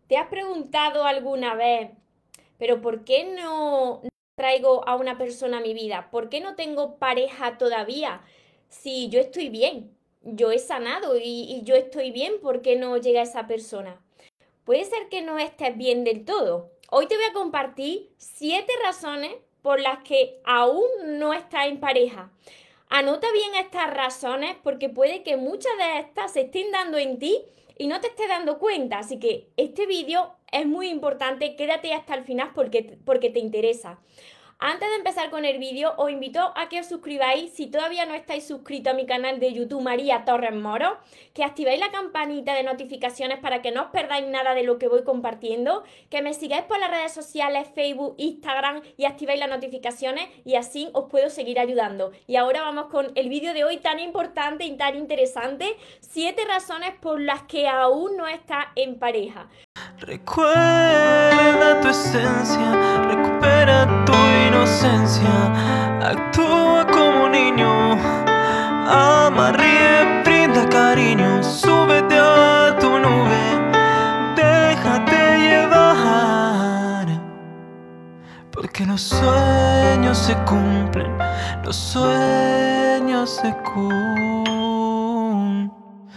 ¿Te has preguntado alguna vez, pero por qué no traigo a una persona a mi vida? ¿Por qué no tengo pareja todavía? Si yo estoy bien, yo he sanado y yo estoy bien, ¿por qué no llega esa persona? Puede ser que no estés bien del todo. Hoy te voy a compartir 7 razones por las que aún no estás en pareja. Anota bien estas razones porque puede que muchas de estas se estén dando en ti y no te estés dando cuenta. Así que este vídeo es muy importante, quédate hasta el final porque te interesa. Antes de empezar con el vídeo, os invito a que os suscribáis si todavía no estáis suscritos a mi canal de YouTube María Torres Moro, que activéis la campanita de notificaciones para que no os perdáis nada de lo que voy compartiendo, que me sigáis por las redes sociales, Facebook, Instagram y activéis las notificaciones y así os puedo seguir ayudando. Y ahora vamos con el vídeo de hoy tan importante y tan interesante, 7 razones por las que aún no estás en pareja. Recuerda tu esencia, recupera tu inocencia, actúa como niño, ama, ríe, brinda cariño, súbete a tu nube, déjate llevar, porque los sueños se cumplen, los sueños se cumplen.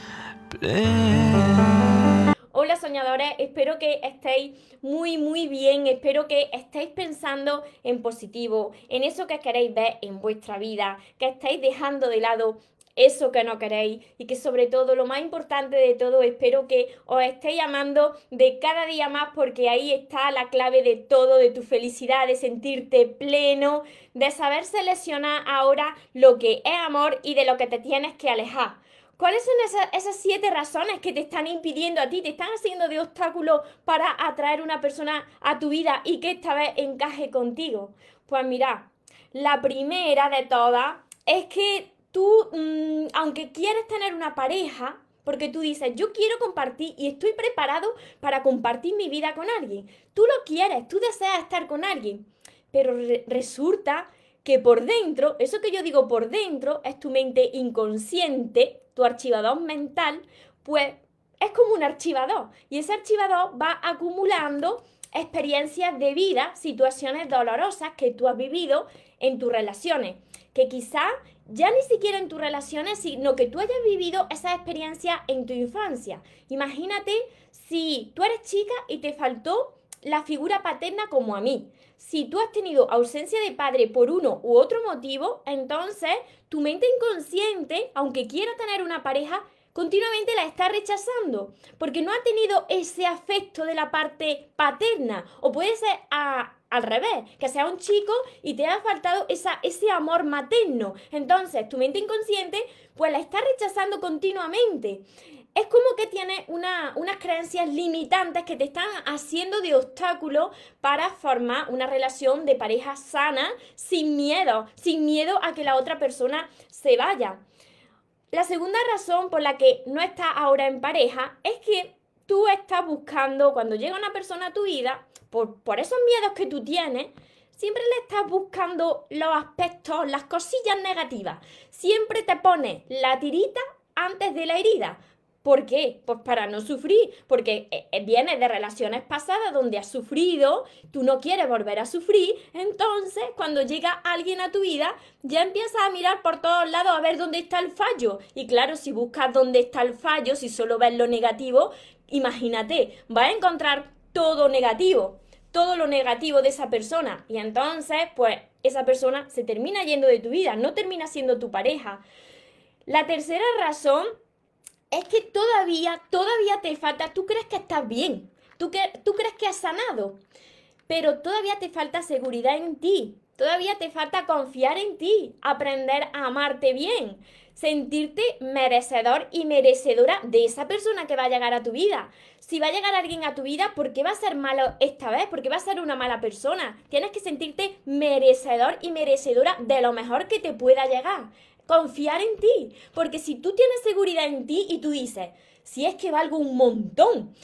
Hola soñadores, espero que estéis muy bien, espero que estéis pensando en positivo, en eso que queréis ver en vuestra vida, que estéis dejando de lado eso que no queréis y que sobre todo, lo más importante de todo, espero que os estéis amando de cada día más porque ahí está la clave de todo, de tu felicidad, de sentirte pleno, de saber seleccionar ahora lo que es amor y de lo que te tienes que alejar. ¿Cuáles son esas 7 razones que te están impidiendo a ti, te están haciendo de obstáculo para atraer una persona a tu vida y que esta vez encaje contigo? Pues mira, la primera de todas es que tú, aunque quieres tener una pareja, porque tú dices, yo quiero compartir y estoy preparado para compartir mi vida con alguien. Tú lo quieres, tú deseas estar con alguien, pero resulta que por dentro, eso que yo digo por dentro, es tu mente inconsciente, tu archivador mental, pues es como un archivador. Y ese archivador va acumulando experiencias de vida, situaciones dolorosas que tú has vivido en tus relaciones. Que quizás ya ni siquiera en tus relaciones, sino que tú hayas vivido esas experiencias en tu infancia. Imagínate si tú eres chica y te faltó la figura paterna como a mí. Si tú has tenido ausencia de padre por uno u otro motivo, entonces tu mente inconsciente, aunque quiera tener una pareja, continuamente la está rechazando, porque no ha tenido ese afecto de la parte paterna. O puede ser al revés, que sea un chico y te ha faltado ese amor materno. Entonces tu mente inconsciente pues la está rechazando continuamente. Es como que tienes unas creencias limitantes que te están haciendo de obstáculo para formar una relación de pareja sana, sin miedo a que la otra persona se vaya. La segunda razón por la que no estás ahora en pareja es que tú estás buscando, cuando llega una persona a tu vida, por esos miedos que tú tienes, siempre le estás buscando los aspectos, las cosillas negativas. Siempre te pones la tirita antes de la herida. ¿Por qué? Pues para no sufrir, porque vienes de relaciones pasadas donde has sufrido, tú no quieres volver a sufrir, entonces cuando llega alguien a tu vida ya empiezas a mirar por todos lados a ver dónde está el fallo. Y claro, si buscas dónde está el fallo, si solo ves lo negativo, imagínate, vas a encontrar todo negativo, todo lo negativo de esa persona. Y entonces, pues esa persona se termina yendo de tu vida, no termina siendo tu pareja. La tercera razón es que todavía te falta, tú crees que estás bien, tú crees que has sanado, pero todavía te falta seguridad en ti, todavía te falta confiar en ti, aprender a amarte bien, sentirte merecedor y merecedora de esa persona que va a llegar a tu vida. Si va a llegar alguien a tu vida, ¿por qué va a ser malo esta vez? ¿Por qué va a ser una mala persona? Tienes que sentirte merecedor y merecedora de lo mejor que te pueda llegar. Confiar en ti, porque si tú tienes seguridad en ti y tú dices, si es que valgo un montón,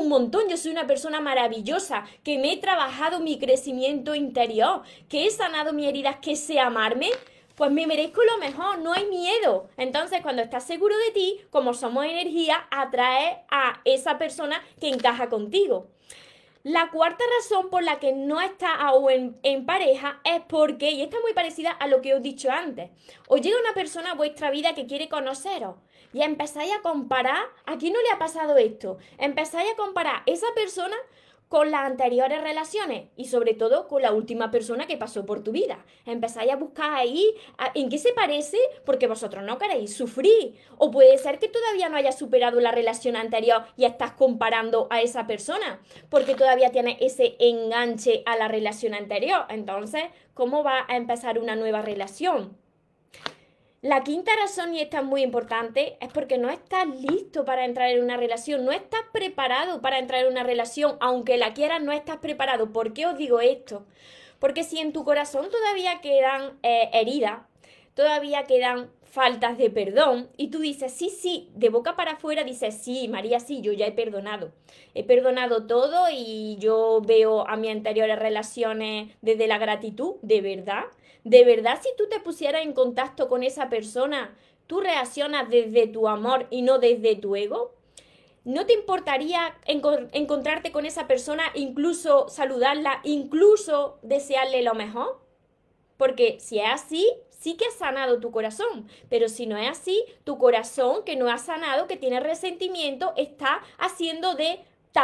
yo soy una persona maravillosa, que me he trabajado mi crecimiento interior, que he sanado mis heridas, que sé amarme, pues me merezco lo mejor, no hay miedo. Entonces, cuando estás seguro de ti, como somos energía, atraes a esa persona que encaja contigo. La cuarta razón por la que no estás aún en pareja es porque, y esta es muy parecida a lo que os he dicho antes, os llega una persona a vuestra vida que quiere conoceros y empezáis a comparar. ¿A quién no le ha pasado esto? Empezáis a comparar esa persona con las anteriores relaciones y sobre todo con la última persona que pasó por tu vida. Empezáis a buscar ahí en qué se parece porque vosotros no queréis sufrir. O puede ser que todavía no hayas superado la relación anterior y estás comparando a esa persona porque todavía tienes ese enganche a la relación anterior. Entonces, ¿cómo va a empezar una nueva relación? La quinta razón, y esta es muy importante, es porque no estás listo para entrar en una relación, no estás preparado para entrar en una relación, aunque la quieras, no estás preparado. ¿Por qué os digo esto? Porque si en tu corazón todavía quedan heridas, todavía quedan faltas de perdón, y tú dices, sí, sí, de boca para afuera dices, sí, María, sí, yo ya he perdonado todo y yo veo a mis anteriores relaciones desde la gratitud, ¿de verdad? ¿De verdad si tú te pusieras en contacto con esa persona, tú reaccionas desde tu amor y no desde tu ego? ¿No te importaría encontrarte con esa persona, incluso saludarla, incluso desearle lo mejor? Porque si es así, sí que has sanado tu corazón. Pero si no es así, tu corazón que no ha sanado, que tiene resentimiento, está haciendo de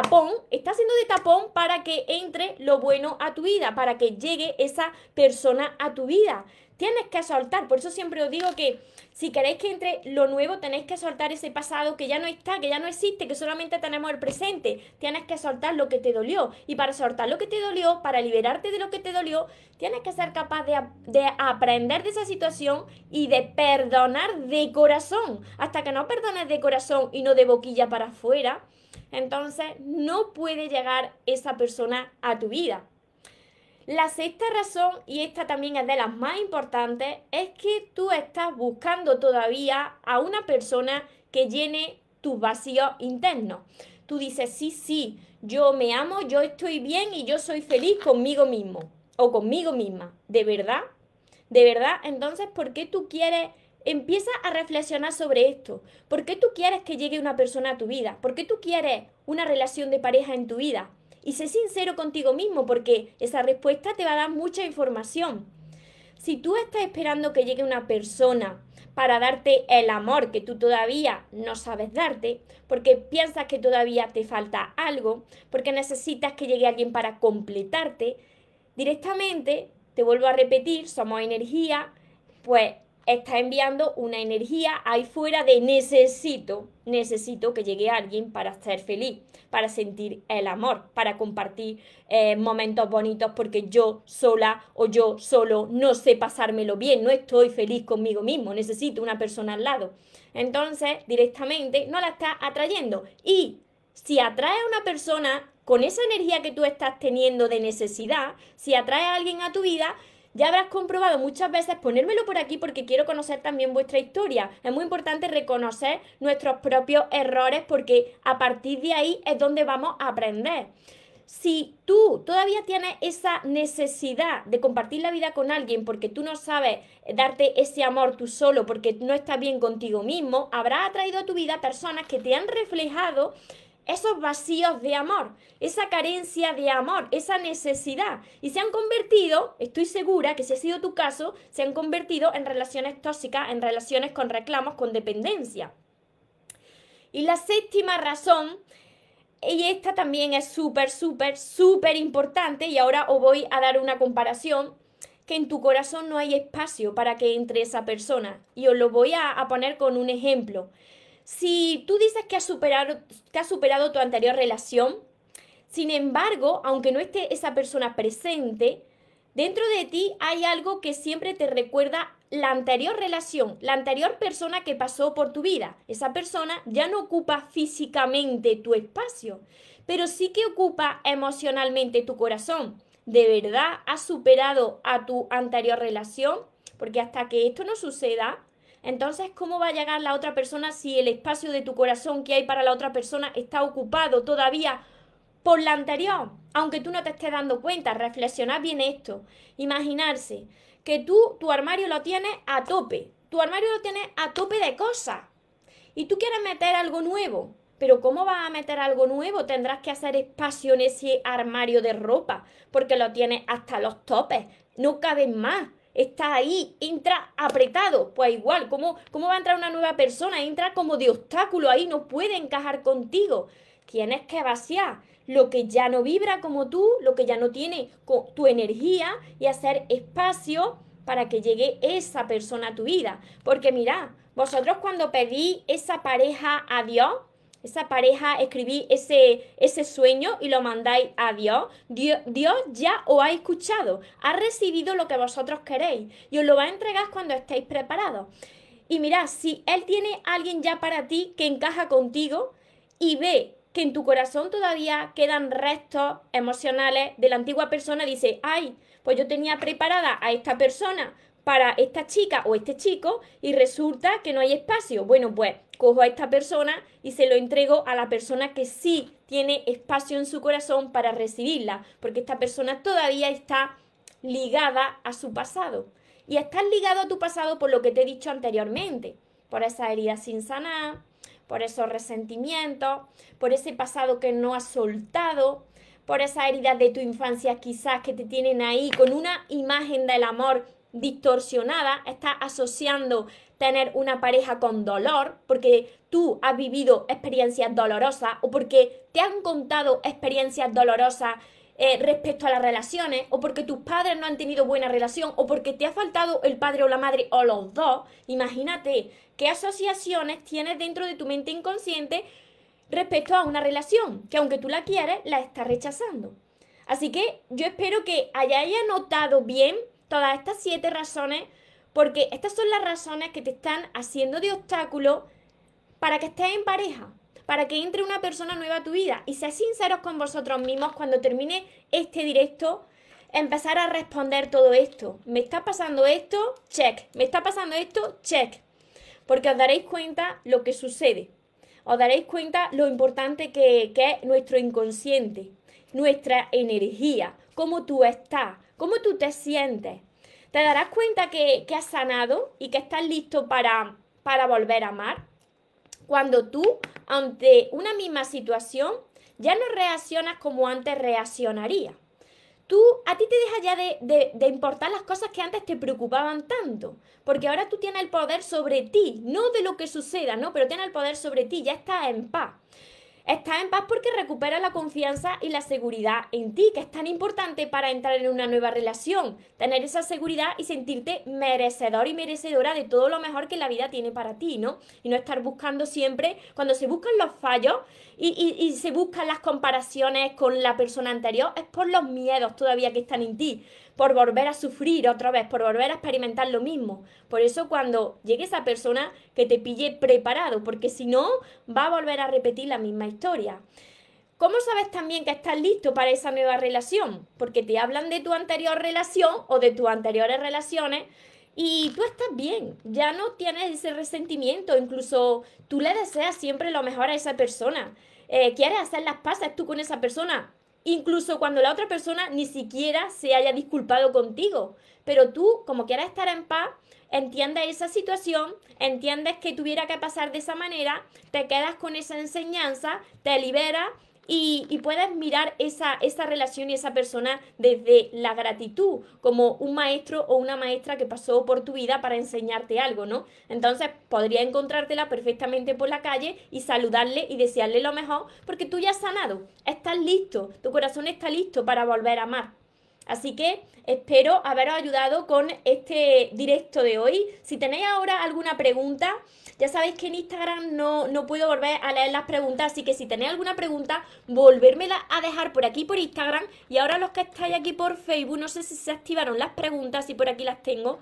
tapón para que entre lo bueno a tu vida, para que llegue esa persona a tu vida. Tienes que soltar, por eso siempre os digo que si queréis que entre lo nuevo, tenéis que soltar ese pasado que ya no está, que ya no existe, que solamente tenemos el presente. Tienes que soltar lo que te dolió. Y para soltar lo que te dolió, para liberarte de lo que te dolió, tienes que ser capaz de aprender de esa situación y de perdonar de corazón. Hasta que no perdones de corazón y no de boquilla para afuera, entonces no puede llegar esa persona a tu vida. La sexta razón, y esta también es de las más importantes, es que tú estás buscando todavía a una persona que llene tus vacíos internos. Tú dices, sí, sí, yo me amo, yo estoy bien y yo soy feliz conmigo mismo o conmigo misma. ¿De verdad? ¿De verdad? Entonces, ¿por qué tú quieres? Empieza a reflexionar sobre esto. ¿Por qué tú quieres que llegue una persona a tu vida? ¿Por qué tú quieres una relación de pareja en tu vida? Y sé sincero contigo mismo, porque esa respuesta te va a dar mucha información. Si tú estás esperando que llegue una persona para darte el amor que tú todavía no sabes darte, porque piensas que todavía te falta algo, porque necesitas que llegue alguien para completarte, directamente, te vuelvo a repetir, somos energía, pues está enviando una energía ahí fuera de necesito que llegue alguien para ser feliz, para sentir el amor, para compartir momentos bonitos, porque yo sola o yo solo no sé pasármelo bien, no estoy feliz conmigo mismo, necesito una persona al lado. Entonces, directamente no la estás atrayendo. Y si atraes a una persona con esa energía que tú estás teniendo de necesidad, si atraes a alguien a tu vida, ya habrás comprobado muchas veces, ponérmelo por aquí porque quiero conocer también vuestra historia. Es muy importante reconocer nuestros propios errores porque a partir de ahí es donde vamos a aprender. Si tú todavía tienes esa necesidad de compartir la vida con alguien porque tú no sabes darte ese amor tú solo, porque no estás bien contigo mismo, habrás atraído a tu vida personas que te han reflejado esos vacíos de amor, esa carencia de amor, esa necesidad. Y se han convertido, estoy segura que si ha sido tu caso, se han convertido en relaciones tóxicas, en relaciones con reclamos, con dependencia. Y la séptima razón, y esta también es súper importante, y ahora os voy a dar una comparación, que en tu corazón no hay espacio para que entre esa persona. Y os lo voy a poner con un ejemplo. Si tú dices que has superado tu anterior relación, sin embargo, aunque no esté esa persona presente, dentro de ti hay algo que siempre te recuerda la anterior relación, la anterior persona que pasó por tu vida. Esa persona ya no ocupa físicamente tu espacio, pero sí que ocupa emocionalmente tu corazón. ¿De verdad has superado a tu anterior relación? Porque hasta que esto no suceda, entonces, ¿cómo va a llegar la otra persona si el espacio de tu corazón que hay para la otra persona está ocupado todavía por la anterior? Aunque tú no te estés dando cuenta, reflexionad bien esto. Imaginarse que tú tu armario lo tienes a tope. Tu armario lo tienes a tope de cosas. Y tú quieres meter algo nuevo. Pero ¿cómo vas a meter algo nuevo? Tendrás que hacer espacio en ese armario de ropa, porque lo tienes hasta los topes. No cabes más. Está ahí, entra apretado. Pues igual, ¿cómo va a entrar una nueva persona? Entra como de obstáculo ahí, no puede encajar contigo. Tienes que vaciar lo que ya no vibra como tú, lo que ya no tiene tu energía y hacer espacio para que llegue esa persona a tu vida. Porque mirad, vosotros cuando pedís esa pareja a Dios, esa pareja, escribí ese sueño y lo mandáis a Dios. Dios ya os ha escuchado, ha recibido lo que vosotros queréis y os lo va a entregar cuando estéis preparados. Y mirad, si Él tiene a alguien ya para ti que encaja contigo y ve que en tu corazón todavía quedan restos emocionales de la antigua persona, dice, ay, pues yo tenía preparada a esta persona para esta chica o este chico y resulta que no hay espacio. Bueno, pues cojo a esta persona y se lo entrego a la persona que sí tiene espacio en su corazón para recibirla, porque esta persona todavía está ligada a su pasado. Y estás ligado a tu pasado por lo que te he dicho anteriormente, por esa herida sin sanar, por esos resentimientos, por ese pasado que no has soltado, por esas heridas de tu infancia quizás que te tienen ahí con una imagen del amor distorsionada. Estás asociando tener una pareja con dolor porque tú has vivido experiencias dolorosas o porque te han contado experiencias dolorosas respecto a las relaciones, o porque tus padres no han tenido buena relación, o porque te ha faltado el padre o la madre o los dos. Imagínate qué asociaciones tienes dentro de tu mente inconsciente respecto a una relación que aunque tú la quieres, la estás rechazando. Así que yo espero que hayáis notado bien todas estas 7 razones, porque estas son las razones que te están haciendo de obstáculo para que estés en pareja, para que entre una persona nueva a tu vida. Y sed sinceros con vosotros mismos cuando termine este directo, empezar a responder todo esto. ¿Me está pasando esto? Check. ¿Me está pasando esto? Check. Porque os daréis cuenta lo que sucede. Os daréis cuenta lo importante que es nuestro inconsciente, nuestra energía, cómo tú estás, cómo tú te sientes. Te darás cuenta que has sanado y que estás listo para volver a amar. Cuando tú, ante una misma situación, ya no reaccionas como antes reaccionarías. A ti te deja ya de importar las cosas que antes te preocupaban tanto, porque ahora tú tienes el poder sobre ti, no de lo que suceda, no, pero tienes el poder sobre ti, ya estás en paz. Estás en paz porque recuperas la confianza y la seguridad en ti, que es tan importante para entrar en una nueva relación. Tener esa seguridad y sentirte merecedor y merecedora de todo lo mejor que la vida tiene para ti, ¿no? Y no estar buscando siempre, cuando se buscan los fallos y se buscan las comparaciones con la persona anterior, es por los miedos todavía que están en ti, por volver a sufrir otra vez, por volver a experimentar lo mismo. Por eso cuando llegue esa persona, que te pille preparado, porque si no, va a volver a repetir la misma historia. ¿Cómo sabes también que estás listo para esa nueva relación? Porque te hablan de tu anterior relación o de tus anteriores relaciones y tú estás bien, ya no tienes ese resentimiento, incluso tú le deseas siempre lo mejor a esa persona. Quieres hacer las paces tú con esa persona, incluso cuando la otra persona ni siquiera se haya disculpado contigo. Pero tú, como quieres estar en paz, entiendes esa situación, entiendes que tuviera que pasar de esa manera, te quedas con esa enseñanza, te liberas y puedes mirar esa relación y esa persona desde la gratitud, como un maestro o una maestra que pasó por tu vida para enseñarte algo, ¿no? Entonces podría encontrártela perfectamente por la calle y saludarle y desearle lo mejor, porque tú ya has sanado, estás listo, tu corazón está listo para volver a amar. Así que espero haberos ayudado con este directo de hoy. Si tenéis ahora alguna pregunta, ya sabéis que en Instagram no puedo volver a leer las preguntas, así que si tenéis alguna pregunta, volvérmela a dejar por aquí por Instagram. Y ahora los que estáis aquí por Facebook, no sé si se activaron las preguntas, y por aquí las tengo.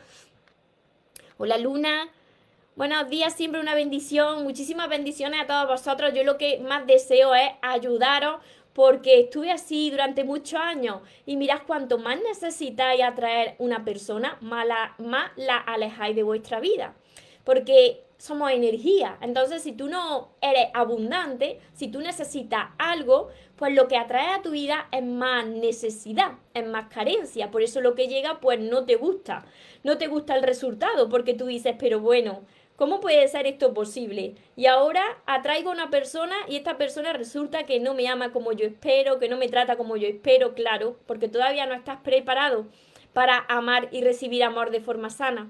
Hola Luna, buenos días, siempre una bendición, muchísimas bendiciones a todos vosotros. Yo lo que más deseo es ayudaros, porque estuve así durante muchos años y mirad, cuanto más necesitáis atraer una persona, más la alejáis de vuestra vida. Porque somos energía. Entonces, si tú no eres abundante, si tú necesitas algo, pues lo que atrae a tu vida es más necesidad, es más carencia. Por eso lo que llega, pues no te gusta. No te gusta el resultado, porque tú dices, pero bueno, ¿cómo puede ser esto posible? Y ahora atraigo a una persona y esta persona resulta que no me ama como yo espero, que no me trata como yo espero, claro, porque todavía no estás preparado para amar y recibir amor de forma sana.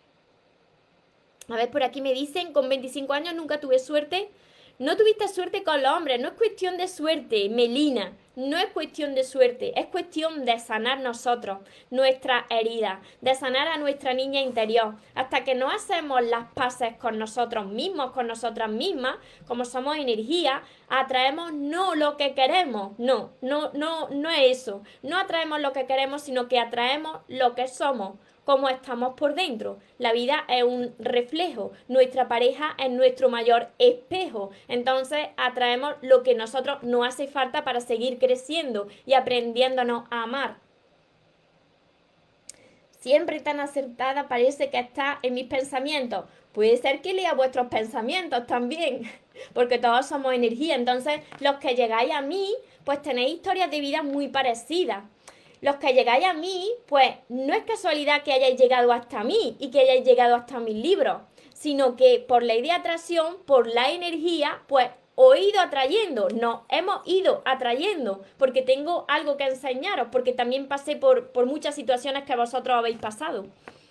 A ver, por aquí me dicen, con 25 años nunca tuve suerte. No tuviste suerte con los hombres, no es cuestión de suerte, Melina, no es cuestión de suerte, es cuestión de sanar nosotros, nuestras heridas, de sanar a nuestra niña interior. Hasta que no hacemos las paces con nosotros mismos, con nosotras mismas, como somos energía, atraemos no lo que queremos, no es eso. No atraemos lo que queremos, sino que atraemos lo que somos, cómo estamos por dentro. La vida es un reflejo, nuestra pareja es nuestro mayor espejo. Entonces atraemos lo que nosotros nos hace falta para seguir creciendo y aprendiéndonos a amar. Siempre tan acertada parece que está en mis pensamientos. Puede ser que lea vuestros pensamientos también, porque todos somos energía. Entonces los que llegáis a mí, pues tenéis historias de vida muy parecidas. Los que llegáis a mí, pues no es casualidad que hayáis llegado hasta mí y que hayáis llegado hasta mis libros, sino que por ley de atracción, por la energía, pues os he ido atrayendo, nos hemos ido atrayendo, porque tengo algo que enseñaros, porque también pasé por muchas situaciones que vosotros habéis pasado.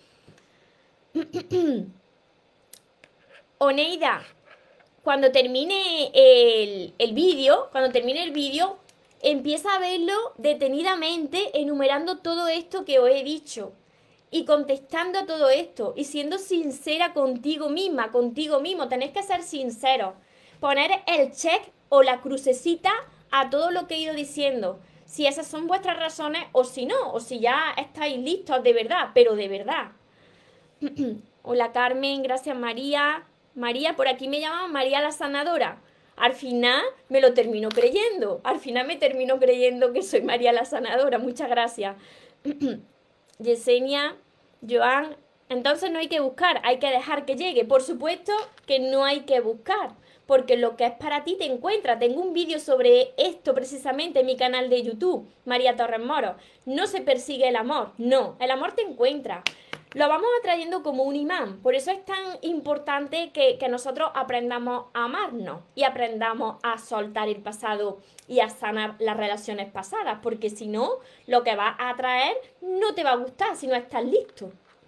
Oneida, cuando termine el vídeo, empieza a verlo detenidamente, enumerando todo esto que os he dicho y contestando a todo esto y siendo sincera contigo misma, contigo mismo. Tenéis que ser sinceros. Poner el check o la crucecita a todo lo que he ido diciendo. Si esas son vuestras razones o si no, o si ya estáis listos de verdad, pero de verdad. Hola Carmen, gracias María. María, por aquí me llaman María la Sanadora. Al final me lo termino creyendo. Al final me termino creyendo que soy María la Sanadora. Muchas gracias. Yesenia, Joan. Entonces no hay que buscar, hay que dejar que llegue. Por supuesto que no hay que buscar, porque lo que es para ti te encuentra. Tengo un vídeo sobre esto precisamente en mi canal de YouTube, María Torres Moro. No se persigue el amor, no, el amor te encuentra. Lo vamos atrayendo como un imán. Por eso es tan importante que nosotros aprendamos a amarnos y aprendamos a soltar el pasado y a sanar las relaciones pasadas, porque si no, lo que vas a atraer no te va a gustar si no estás listo.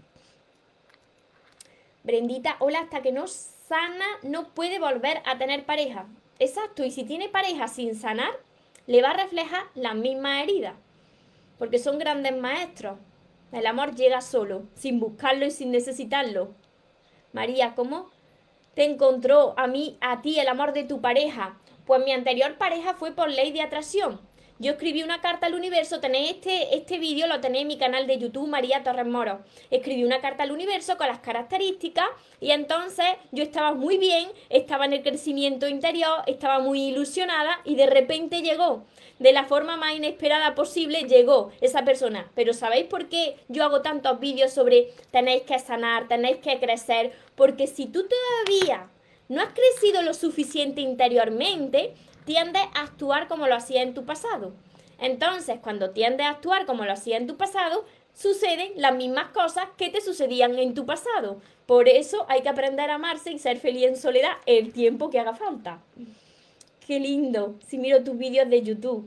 Brendita, hola, hasta que no sana no puede volver a tener pareja. Exacto, y si tiene pareja sin sanar, le va a reflejar las mismas heridas, porque son grandes maestros. El amor llega solo, sin buscarlo y sin necesitarlo. María, ¿cómo te encontró a ti el amor de tu pareja? Pues mi anterior pareja fue por ley de atracción. Yo escribí una carta al universo, tenéis este vídeo, lo tenéis en mi canal de YouTube, María Torres Moro. Escribí una carta al universo con las características y entonces yo estaba muy bien, estaba en el crecimiento interior, estaba muy ilusionada y de repente llegó. De la forma más inesperada posible llegó esa persona. Pero ¿sabéis por qué yo hago tantos vídeos sobre tenéis que sanar, tenéis que crecer? Porque si tú todavía no has crecido lo suficiente interiormente, tiendes a actuar como lo hacías en tu pasado. Entonces, cuando tiendes a actuar como lo hacías en tu pasado, suceden las mismas cosas que te sucedían en tu pasado. Por eso hay que aprender a amarse y ser feliz en soledad el tiempo que haga falta. ¡Qué lindo! Si miro tus vídeos de YouTube.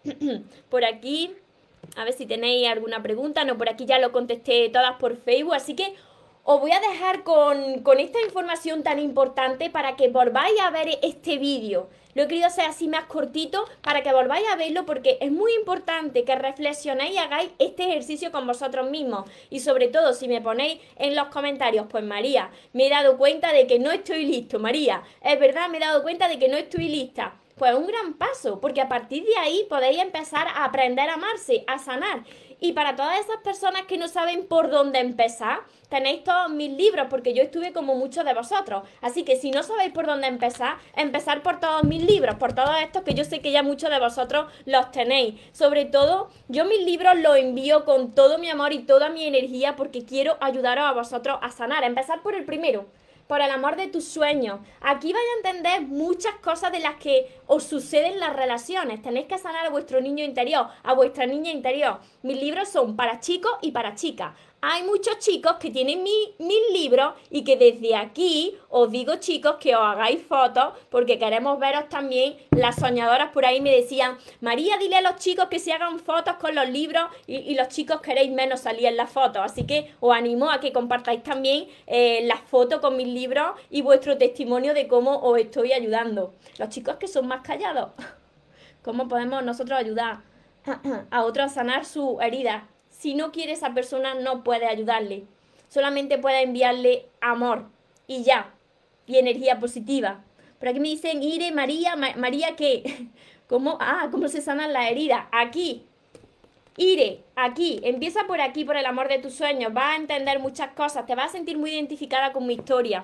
Por aquí, a ver si tenéis alguna pregunta. No, por aquí ya lo contesté todas por Facebook. Así que os voy a dejar con esta información tan importante para que volváis a ver este vídeo. Lo he querido hacer así más cortito para que volváis a verlo, porque es muy importante que reflexionéis y hagáis este ejercicio con vosotros mismos. Y sobre todo, si me ponéis en los comentarios, pues María, me he dado cuenta de que no estoy listo. María, es verdad, me he dado cuenta de que no estoy lista. Pues un gran paso, porque a partir de ahí podéis empezar a aprender a amarse, a sanar. Y para todas esas personas que no saben por dónde empezar, tenéis todos mis libros, porque yo estuve como muchos de vosotros. Así que si no sabéis por dónde empezar, empezar por todos mis libros, por todos estos que yo sé que ya muchos de vosotros los tenéis. Sobre todo, yo mis libros los envío con todo mi amor y toda mi energía, porque quiero ayudaros a vosotros a sanar. Empezar por el primero, por el amor de tus sueños. Aquí vais a entender muchas cosas de las que os suceden en las relaciones. Tenéis que sanar a vuestro niño interior, a vuestra niña interior. Mis libros son para chicos y para chicas. Hay muchos chicos que tienen mis libros y que desde aquí os digo, chicos, que os hagáis fotos porque queremos veros también. Las soñadoras por ahí me decían, María, dile a los chicos que se hagan fotos con los libros y los chicos queréis menos salir en las fotos. Así que os animo a que compartáis también las fotos con mis libros y vuestro testimonio de cómo os estoy ayudando. Los chicos que son más callados, ¿cómo podemos nosotros ayudar a otros a sanar su herida? Si no quiere esa persona, no puede ayudarle. Solamente puede enviarle amor y ya. Y energía positiva. Por aquí me dicen, Ire, María, María, ¿qué? ¿Cómo se sanan las heridas? Aquí. Ire, aquí. Empieza por aquí, por el amor de tus sueños. Vas a entender muchas cosas. Te vas a sentir muy identificada con mi historia.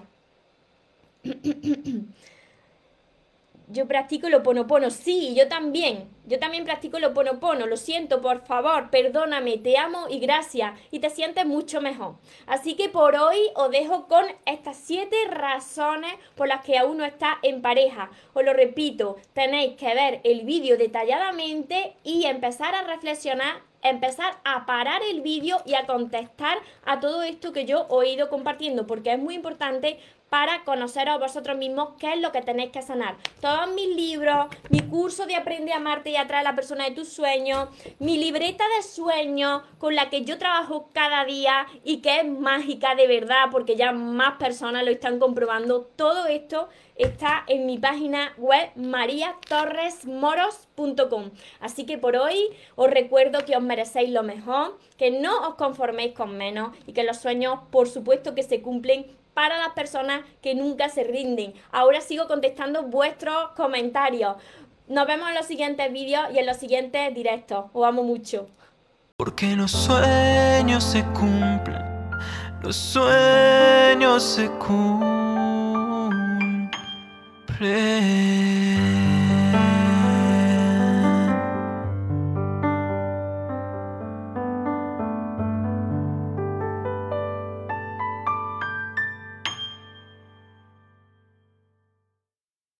Yo practico el Ho'oponopono. Sí, yo también. Yo también practico el Ho'oponopono. Lo siento, por favor, perdóname, te amo y gracias. Y te sientes mucho mejor. Así que por hoy os dejo con estas 7 razones por las que aún no estás en pareja. Os lo repito, tenéis que ver el vídeo detalladamente y empezar a reflexionar, empezar a parar el vídeo y a contestar a todo esto que yo os he ido compartiendo, porque es muy importante para conoceros a vosotros mismos qué es lo que tenéis que sanar. Todos mis libros, mi curso de Aprende a amarte y atraer a la persona de tus sueños, mi libreta de sueños con la que yo trabajo cada día y que es mágica de verdad porque ya más personas lo están comprobando. Todo esto está en mi página web mariatorresmoros.com. Así que por hoy os recuerdo que os merecéis lo mejor, que no os conforméis con menos y que los sueños, por supuesto, que se cumplen para las personas que nunca se rinden. Ahora sigo contestando vuestros comentarios. Nos vemos en los siguientes vídeos y en los siguientes directos. Os amo mucho. Porque los sueños se cumplen, los sueños se cumplen.